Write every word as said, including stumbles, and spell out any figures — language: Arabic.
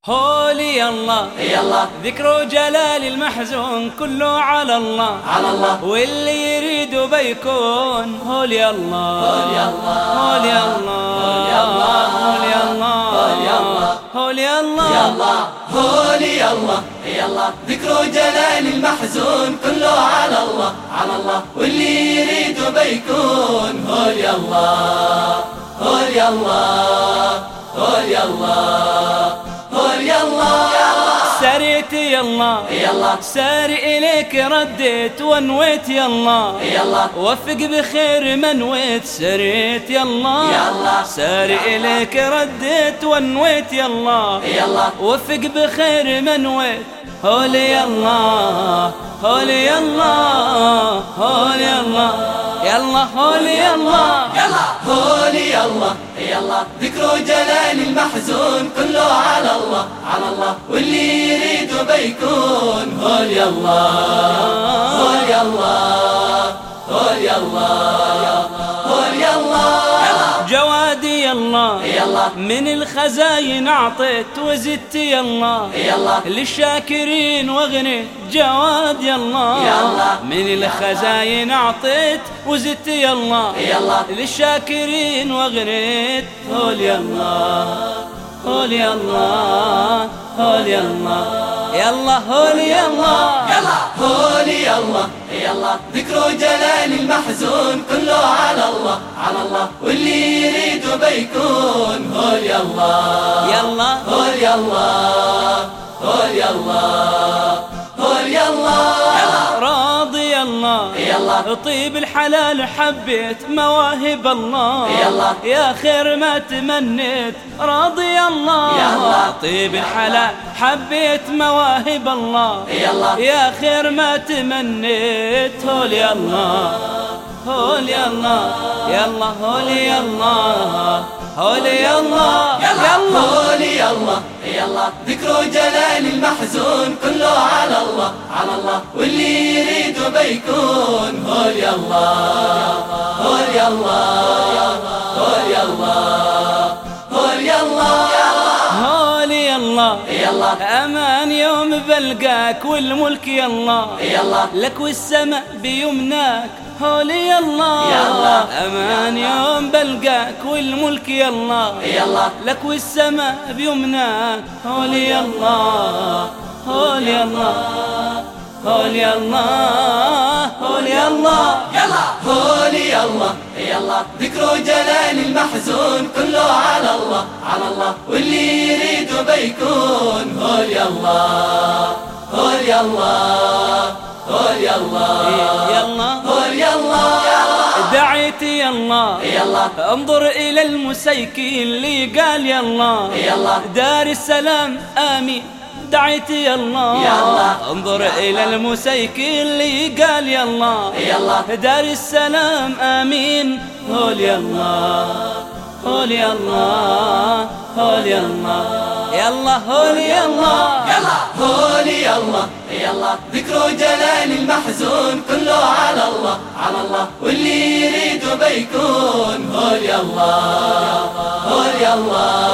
هولي الله يلا ذكر جلال المحزون كله على الله على الله، واللي يريد بيكون هولي الله هولي الله، هولي الله هولي الله، هولي الله هولي الله، هولي الله يلا هولي الله، يلا ذكر جلال المحزون كله على الله على الله، واللي يريد بيكون هولي الله هولي الله هولي الله هولي الله. سريت يلا يلا ساري إليك رديت ونويت يلا يلا وفق بخير ما نويت سريت يلا يلا ساري إليك رديت ونويت يلا يلا وفق بخير ما نويت هولي الله هولي الله هولي الله يلا هولي الله يلا هولي الله، يلا ذكر جلال المحزون كله على الله على الله، واللي يريد بيكون هولي الله هولي الله هولي الله هولي الله. جوادي يلا يلا من الخزاين أعطيت وزدت يلا يلا للشاكرين واغنيت جواد يلا يلا من الخزاين أعطيت وزدت يلا يلا للشاكرين واغنيت هولي الله هولي الله هولي الله يلا هولي الله يلا هولي الله، يلا ذكر جلال المحزون كله على الله على الله، واللي يريد بيكون هولي الله يلا هولي الله هولي الله هولي الله. راضي الله يلا طيب الحلال حبيت مواهب الله يلا يا خير ما تمنيت راضي الله يلا طيب الحلال حبيت مواهب الله يلا يا خير ما تمنيت هولي الله هولي الله يلا هولي الله هولي الله يلا هولي الله، يلا ذكر جلال المحزون كله على الله على الله، واللي يريد بيكون هولي الله هولي الله هولي الله هولي الله. هولي الله يلا أمان يوم بلقاك والملك يلا يلا لك والسماء بيمناك هولي الله يلا أمان يوم بلقاك والملك يلا يلا لك والسماء بيمناك هولي الله هولي الله هولي الله هولي الله. يلا هولي الله، يلا ذكر جلال المحزون كله على الله على الله، واللي يريد بيكون هولي الله هولي الله هولي الله يلا هولي الله. دعيت يلا يلا انظر إلى المسيكين اللي قال يلا يلا دار السلام آمين دعيت يلا يلا انظر إلى المسيكين اللي قال يلا يلا دار السلام آمين هولي الله هولي الله هولي الله يلا هولي الله يلا هولي الله، يلا ذكر جلال المحزون كله على الله على الله، واللي يريد بيكون هولي الله هولي الله